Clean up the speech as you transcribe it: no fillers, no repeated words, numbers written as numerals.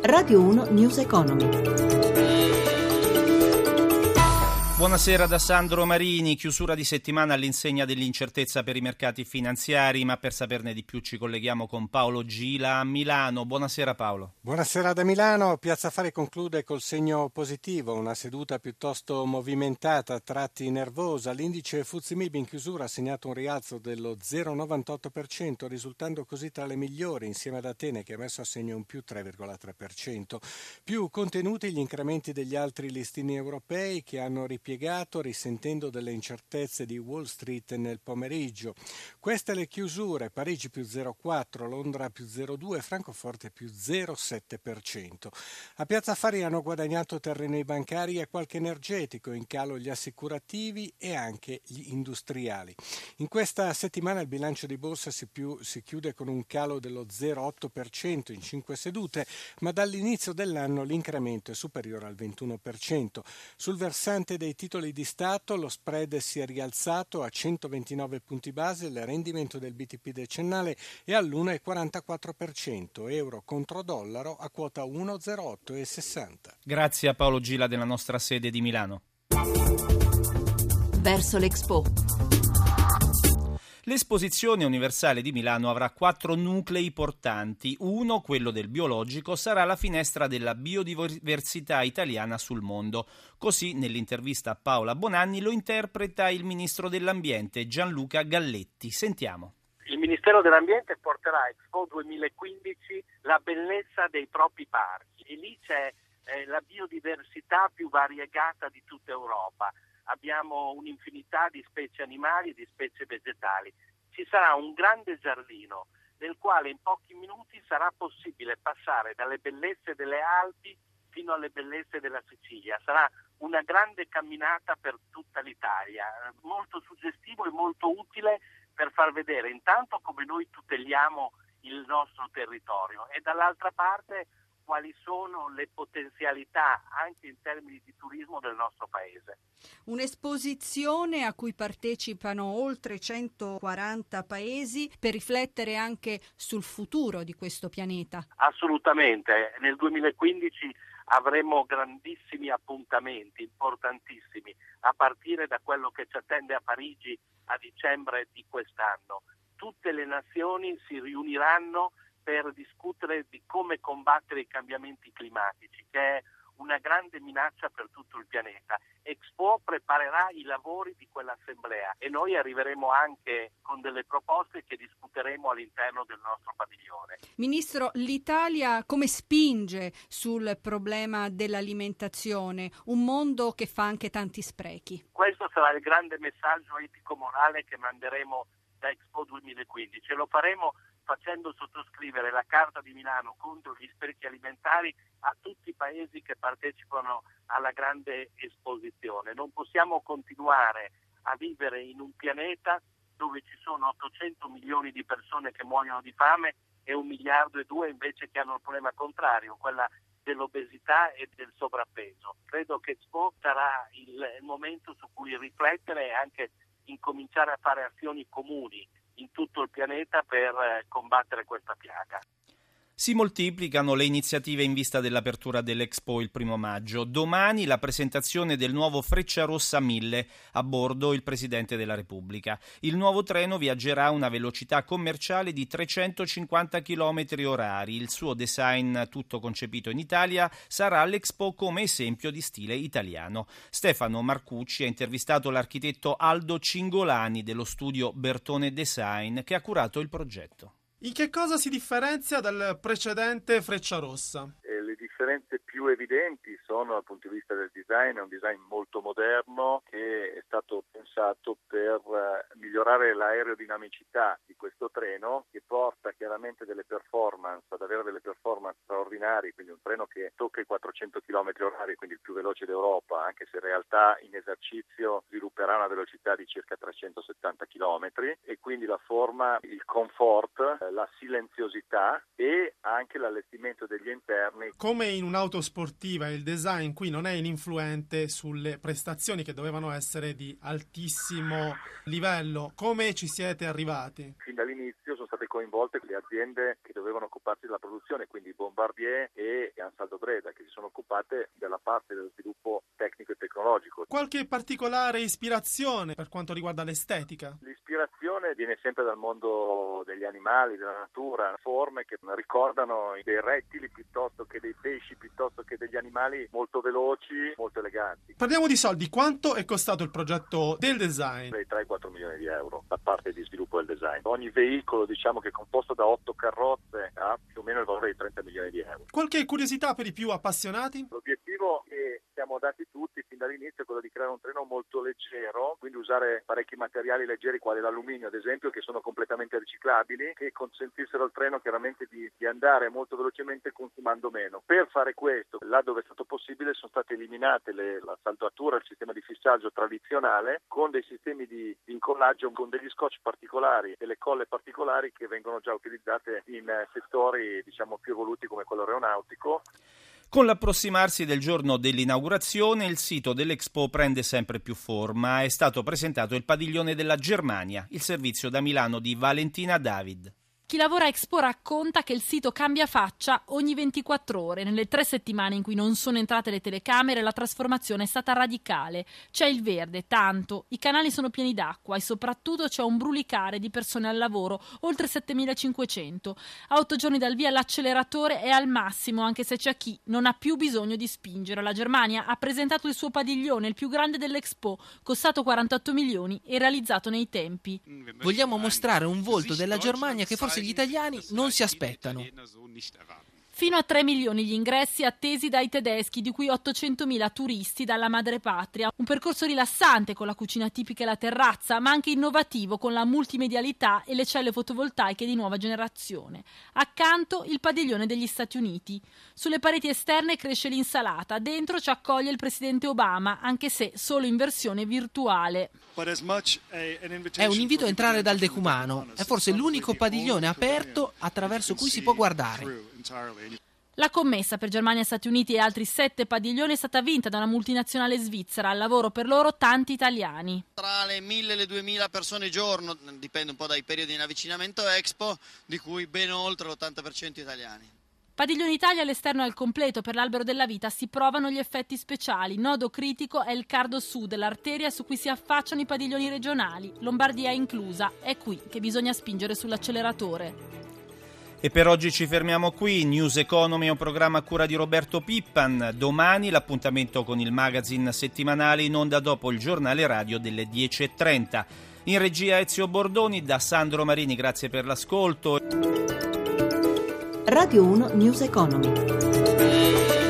Radio 1 News Economy. Buonasera da Sandro Marini. Chiusura di settimana all'insegna dell'incertezza per i mercati finanziari, ma per saperne di più ci colleghiamo con Paolo Gila a Milano. Buonasera Paolo. Buonasera da Milano. Piazza Affari conclude col segno positivo, una seduta piuttosto movimentata, a tratti nervosa. L'indice FTSE MIB in chiusura ha segnato un rialzo dello 0,98%, risultando così tra le migliori, insieme ad Atene che ha messo a segno un più 3,3%. Più contenuti gli incrementi degli altri listini europei che hanno ripiegato risentendo delle incertezze di Wall Street nel pomeriggio. Queste le chiusure: Parigi più 0,4%, Londra più 0,2%, Francoforte più 0,7%. A Piazza Affari hanno guadagnato terreno i bancari e qualche energetico, in calo gli assicurativi e anche gli industriali. In questa settimana il bilancio di borsa si chiude con un calo dello 0,8% in 5 sedute, ma dall'inizio dell'anno l'incremento è superiore al 21%. Sul versante dei titoli di Stato lo spread si è rialzato a 129 punti base, il rendimento del BTP decennale è all'1,44%, euro contro dollaro a quota 1,0860. Grazie a Paolo Gila della nostra sede di Milano. Verso l'Expo. L'esposizione universale di Milano avrà 4 nuclei portanti. Uno, quello del biologico, sarà la finestra della biodiversità italiana sul mondo. Così, nell'intervista a Paola Bonanni, lo interpreta il ministro dell'Ambiente Gianluca Galletti. Sentiamo. Il Ministero dell'Ambiente porterà a Expo 2015 la bellezza dei propri parchi e lì c'è la biodiversità più variegata di tutta Europa. Abbiamo un'infinità di specie animali e di specie vegetali. Ci sarà un grande giardino nel quale in pochi minuti sarà possibile passare dalle bellezze delle Alpi fino alle bellezze della Sicilia. Sarà una grande camminata per tutta l'Italia, molto suggestivo e molto utile per far vedere intanto come noi tuteliamo il nostro territorio e dall'altra parte quali sono le potenzialità anche in termini di turismo del nostro paese. Un'esposizione a cui partecipano oltre 140 paesi per riflettere anche sul futuro di questo pianeta. Assolutamente, nel 2015 avremo grandissimi appuntamenti, importantissimi, a partire da quello che ci attende a Parigi a dicembre di quest'anno. Tutte le nazioni si riuniranno per discutere di come combattere i cambiamenti climatici, che è una grande minaccia per tutto il pianeta. Expo preparerà i lavori di quell'assemblea e noi arriveremo anche con delle proposte che discuteremo all'interno del nostro padiglione. Ministro, l'Italia come spinge sul problema dell'alimentazione, un mondo che fa anche tanti sprechi? Questo sarà il grande messaggio etico-morale che manderemo da Expo 2015 e lo faremo facendo sottoscrivere la Carta di Milano contro gli sprechi alimentari a tutti i paesi che partecipano alla grande esposizione. Non possiamo continuare a vivere in un pianeta dove ci sono 800 milioni di persone che muoiono di fame e 1,2 miliardi invece che hanno il problema contrario, quella dell'obesità e del sovrappeso. Credo che Expo sarà il momento su cui riflettere e anche incominciare a fare azioni comuni in tutto il pianeta per combattere questa piaga. Si moltiplicano le iniziative in vista dell'apertura dell'Expo il 1 maggio. Domani la presentazione del nuovo Frecciarossa 1000, a bordo il Presidente della Repubblica. Il nuovo treno viaggerà a una velocità commerciale di 350 km/h. Il suo design, tutto concepito in Italia, sarà all'Expo come esempio di stile italiano. Stefano Marcucci ha intervistato l'architetto Aldo Cingolani dello studio Bertone Design che ha curato il progetto. In che cosa si differenzia dal precedente Frecciarossa? Le differenze più evidenti sono dal punto di vista del design, è un design molto moderno che è stato pensato per migliorare l'aerodinamicità di questo treno che porta chiaramente delle performance, ad avere delle performance straordinarie, quindi un treno che tocca i 400 km/h, quindi il più veloce d'Europa, anche se in realtà in esercizio svilupperà una velocità di circa 370 km e quindi la forma, il comfort, la silenziosità e anche l'allestimento degli interni. Come in un'auto sportiva, il design qui non è ininfluente sulle prestazioni che dovevano essere di altissimo livello. Come ci siete arrivati? Fin dall'inizio sono state coinvolte le aziende che dovevano occuparsi della produzione, quindi Bombardier e Ansaldo Breda, che si sono occupate della parte dello sviluppo tecnico e tecnologico. Qualche particolare ispirazione per quanto riguarda l'estetica? L'ispirazione viene sempre dal mondo degli animali, della natura, forme che ricordano dei rettili piuttosto che dei pesci, piuttosto che degli animali molto veloci, molto eleganti. Parliamo di soldi. Quanto è costato il progetto del design? Dai 3-4 milioni di euro da parte di sviluppo del design. Ogni veicolo, diciamo, che è composto da 8 carrozze ha più o meno il valore di 30 milioni di euro. Qualche curiosità per i più appassionati? L'obiettivo che siamo dati tutti fin dall'inizio è quello di creare un treno molto leggero, quindi usare parecchi materiali leggeri quali l'alluminio, ad esempio, che sono completamente riciclabili, che consentissero al treno chiaramente di andare molto velocemente consumando meno. Per fare questo, là dove è stato possibile, sono state eliminate la saldatura, il sistema di fissaggio tradizionale, con dei sistemi di incollaggio con degli scotch particolari, delle colle particolari che vengono già utilizzate in settori, diciamo, più evoluti come quello aeronautico. Con l'approssimarsi del giorno dell'inaugurazione, il sito dell'Expo prende sempre più forma. È stato presentato il padiglione della Germania, il servizio da Milano di Valentina David. Chi lavora a Expo racconta che il sito cambia faccia ogni 24 ore. Nelle 3 settimane in cui non sono entrate le telecamere, la trasformazione è stata radicale. C'è il verde, tanto, i canali sono pieni d'acqua e soprattutto c'è un brulicare di persone al lavoro, oltre 7.500. A 8 giorni dal via l'acceleratore è al massimo, anche se c'è chi non ha più bisogno di spingere. La Germania ha presentato il suo padiglione, il più grande dell'Expo, costato 48 milioni e realizzato nei tempi. Vogliamo mostrare un volto della Germania che forse gli italiani non si aspettano. Fino a 3 milioni gli ingressi attesi dai tedeschi, di cui 800.000 turisti dalla madrepatria. Un percorso rilassante con la cucina tipica e la terrazza, ma anche innovativo con la multimedialità e le celle fotovoltaiche di nuova generazione. Accanto il padiglione degli Stati Uniti. Sulle pareti esterne cresce l'insalata, dentro ci accoglie il presidente Obama, anche se solo in versione virtuale. È un invito a entrare dal decumano. È forse l'unico padiglione aperto attraverso cui si può guardare. La commessa per Germania, Stati Uniti e altri 7 padiglioni è stata vinta da una multinazionale svizzera. Al lavoro per loro tanti italiani. Tra le 1.000 e le 2.000 persone giorno, dipende un po' dai periodi di avvicinamento Expo, di cui ben oltre l'80% italiani. Padiglione Italia all'esterno al completo. Per l'albero della vita si provano gli effetti speciali. Nodo critico è il Cardo Sud, l'arteria su cui si affacciano i padiglioni regionali, Lombardia inclusa. È qui che bisogna spingere sull'acceleratore. E per oggi ci fermiamo qui. News Economy è un programma a cura di Roberto Pippan. Domani l'appuntamento con il magazine settimanale in onda dopo il giornale radio delle 10.30. In regia Ezio Bordoni, da Sandro Marini, grazie per l'ascolto. Radio 1 News Economy.